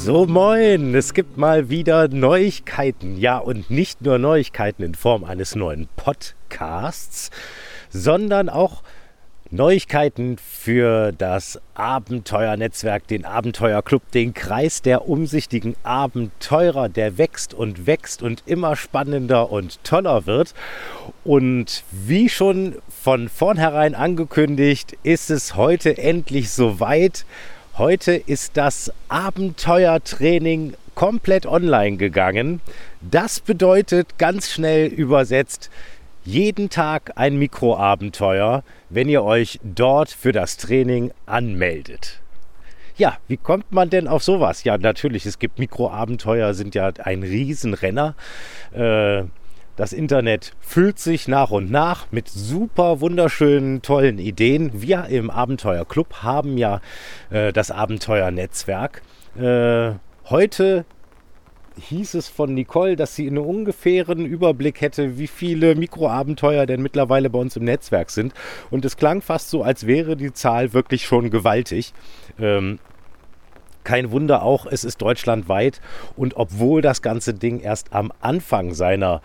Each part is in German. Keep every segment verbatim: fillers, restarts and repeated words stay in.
So, moin, es gibt mal wieder Neuigkeiten. Ja, und nicht nur Neuigkeiten in Form eines neuen Podcasts, sondern auch Neuigkeiten für das Abenteuernetzwerk, den Abenteuerclub, den Kreis der umsichtigen Abenteurer, der wächst und wächst und immer spannender und toller wird. Und wie schon von vornherein angekündigt, ist es heute endlich soweit. Heute ist das Abenteuertraining komplett online gegangen. Das bedeutet ganz schnell übersetzt, jeden Tag ein Mikroabenteuer, wenn ihr euch dort für das Training anmeldet. Ja, wie kommt man denn auf sowas? Ja, natürlich, es gibt Mikroabenteuer, sind ja ein Riesenrenner. Äh, Das Internet füllt sich nach und nach mit super wunderschönen, tollen Ideen. Wir im Abenteuerclub haben ja äh, das Abenteuernetzwerk. Äh, heute hieß es von Nicole, dass sie einen ungefähren Überblick hätte, wie viele Mikroabenteuer denn mittlerweile bei uns im Netzwerk sind. Und es klang fast so, als wäre die Zahl wirklich schon gewaltig. Ähm, Kein Wunder auch, es ist deutschlandweit. Und obwohl das ganze Ding erst am Anfang seiner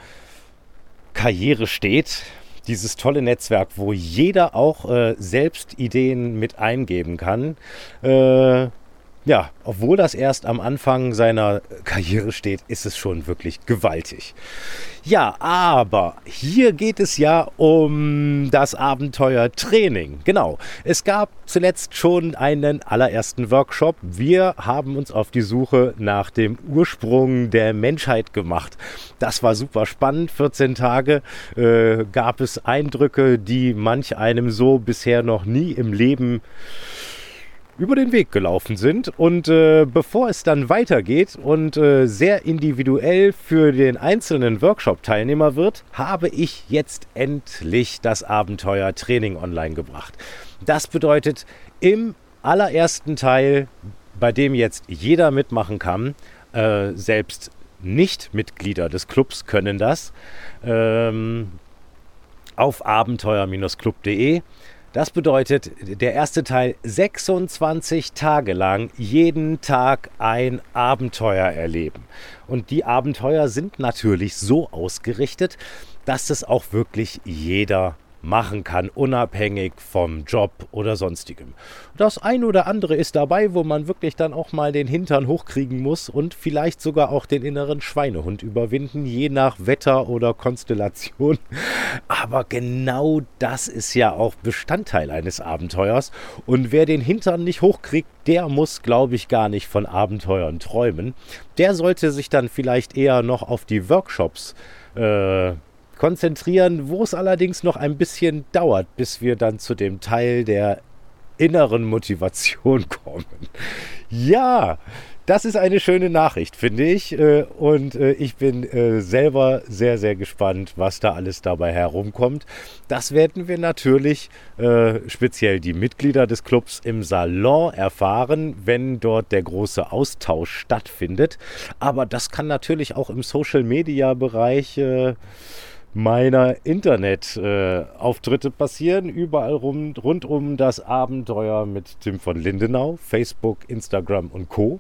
Karriere steht, dieses tolle Netzwerk, wo jeder auch äh, selbst Ideen mit eingeben kann, äh, ja, obwohl das erst am Anfang seiner Karriere steht, ist es schon wirklich gewaltig. Ja, aber hier geht es ja um das Abenteuertraining. Genau, es gab zuletzt schon einen allerersten Workshop. Wir haben uns auf die Suche nach dem Ursprung der Menschheit gemacht. Das war super spannend. vierzehn Tage äh, gab es Eindrücke, die manch einem so bisher noch nie im Leben über den Weg gelaufen sind. Und äh, bevor es dann weitergeht und äh, sehr individuell für den einzelnen Workshop-Teilnehmer wird, habe ich jetzt endlich das Abenteuer-Training online gebracht. Das bedeutet, im allerersten Teil, bei dem jetzt jeder mitmachen kann, äh, selbst Nicht-Mitglieder des Clubs können das, ähm, auf abenteuer Bindestrich club punkt de. Das bedeutet, der erste Teil sechsundzwanzig Tage lang jeden Tag ein Abenteuer erleben. Und die Abenteuer sind natürlich so ausgerichtet, dass es auch wirklich jeder machen kann, unabhängig vom Job oder sonstigem. Das ein oder andere ist dabei, wo man wirklich dann auch mal den Hintern hochkriegen muss und vielleicht sogar auch den inneren Schweinehund überwinden, je nach Wetter oder Konstellation. Aber genau das ist ja auch Bestandteil eines Abenteuers. Und wer den Hintern nicht hochkriegt, der muss, glaube ich, gar nicht von Abenteuern träumen. Der sollte sich dann vielleicht eher noch auf die Workshops äh, konzentrieren, wo es allerdings noch ein bisschen dauert, bis wir dann zu dem Teil der inneren Motivation kommen. Ja, das ist eine schöne Nachricht, finde ich. Und ich bin selber sehr, sehr gespannt, was da alles dabei herumkommt. Das werden wir natürlich, speziell die Mitglieder des Clubs, im Salon erfahren, wenn dort der große Austausch stattfindet. Aber das kann natürlich auch im Social-Media-Bereich meiner Internetauftritte äh, passieren, überall rum, rund um das Abenteuer mit Tim von Lindenau, Facebook, Instagram und Co.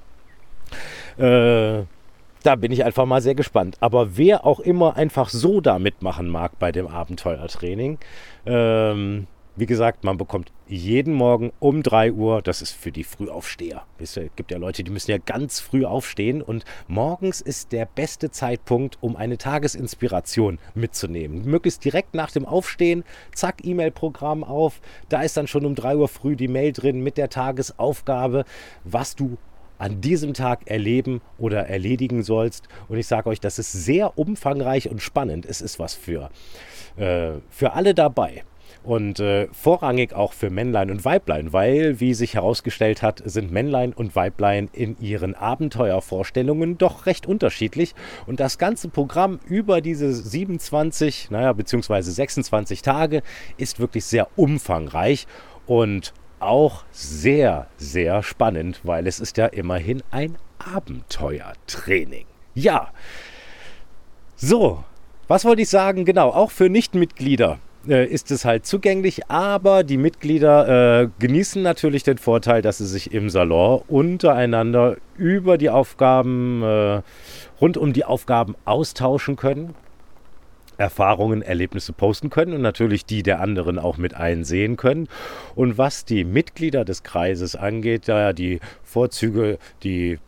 Äh, da bin ich einfach mal sehr gespannt. Aber wer auch immer einfach so da mitmachen mag bei dem Abenteuertraining, ähm, wie gesagt, man bekommt jeden Morgen um drei Uhr, das ist für die Frühaufsteher. Es gibt ja Leute, die müssen ja ganz früh aufstehen und morgens ist der beste Zeitpunkt, um eine Tagesinspiration mitzunehmen. Möglichst direkt nach dem Aufstehen, zack, E-Mail-Programm auf, da ist dann schon um drei Uhr früh die Mail drin mit der Tagesaufgabe, was du an diesem Tag erleben oder erledigen sollst. Und ich sage euch, das ist sehr umfangreich und spannend. Es ist was für, äh, für alle dabei. Und äh, vorrangig auch für Männlein und Weiblein, weil, wie sich herausgestellt hat, sind Männlein und Weiblein in ihren Abenteuervorstellungen doch recht unterschiedlich. Und das ganze Programm über diese siebenundzwanzig, naja, beziehungsweise sechsundzwanzig Tage ist wirklich sehr umfangreich und auch sehr, sehr spannend, weil es ist ja immerhin ein Abenteuertraining. Ja, so, was wollte ich sagen? Genau, auch für Nichtmitglieder äh, ist es halt zugänglich, aber die Mitglieder äh, genießen natürlich den Vorteil, dass sie sich im Salon untereinander über die Aufgaben, äh, rund um die Aufgaben austauschen können, Erfahrungen, Erlebnisse posten können und natürlich die der anderen auch mit einsehen können. Und was die Mitglieder des Kreises angeht, da die Vorzüge, die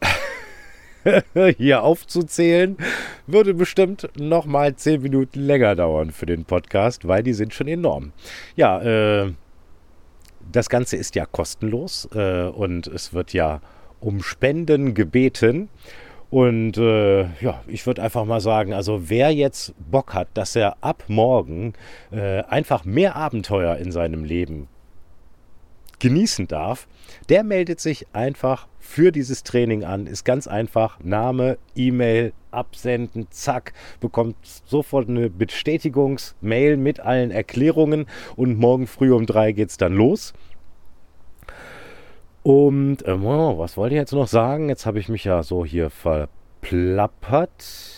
hier aufzuzählen, würde bestimmt nochmal zehn Minuten länger dauern für den Podcast, weil die sind schon enorm. Ja, äh, das Ganze ist ja kostenlos äh, und es wird ja um Spenden gebeten. Und äh, ja, ich würde einfach mal sagen, also wer jetzt Bock hat, dass er ab morgen äh, einfach mehr Abenteuer in seinem Leben genießen darf, der meldet sich einfach für dieses Training an. Ist ganz einfach, Name, E-Mail absenden, zack, bekommt sofort eine Bestätigungsmail mit allen Erklärungen und morgen früh um drei geht's dann los. Und ähm, oh, was wollte ich jetzt noch sagen? Jetzt habe ich mich ja so hier verplappert.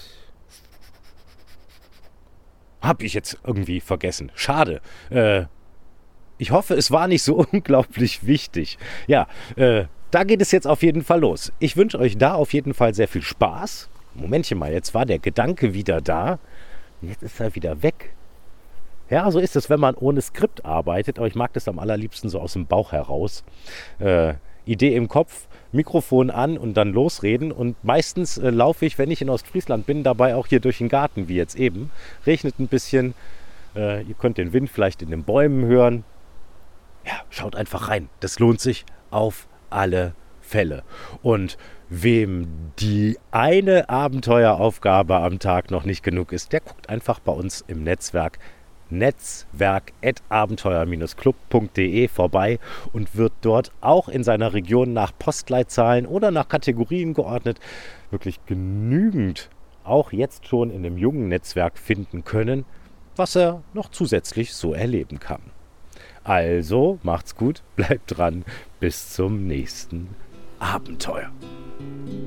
Habe ich jetzt irgendwie vergessen. Schade. Äh, ich hoffe, es war nicht so unglaublich wichtig. Ja, äh, da geht es jetzt auf jeden Fall los. Ich wünsche euch da auf jeden Fall sehr viel Spaß. Momentchen mal, jetzt war der Gedanke wieder da. Jetzt ist er wieder weg. Ja, so ist es, wenn man ohne Skript arbeitet, aber ich mag das am allerliebsten so aus dem Bauch heraus. Äh, Idee im Kopf, Mikrofon an und dann losreden. Und meistens äh, laufe ich, wenn ich in Ostfriesland bin, dabei auch hier durch den Garten, wie jetzt eben. Regnet ein bisschen, äh, ihr könnt den Wind vielleicht in den Bäumen hören. Ja, schaut einfach rein, das lohnt sich auf alle Fälle. Und wem die eine Abenteueraufgabe am Tag noch nicht genug ist, der guckt einfach bei uns im Netzwerk netzwerk at abenteuer club punkt de vorbei und wird dort auch in seiner Region nach Postleitzahlen oder nach Kategorien geordnet wirklich genügend auch jetzt schon in dem jungen Netzwerk finden können, was er noch zusätzlich so erleben kann. Also macht's gut, bleibt dran, bis zum nächsten Abenteuer.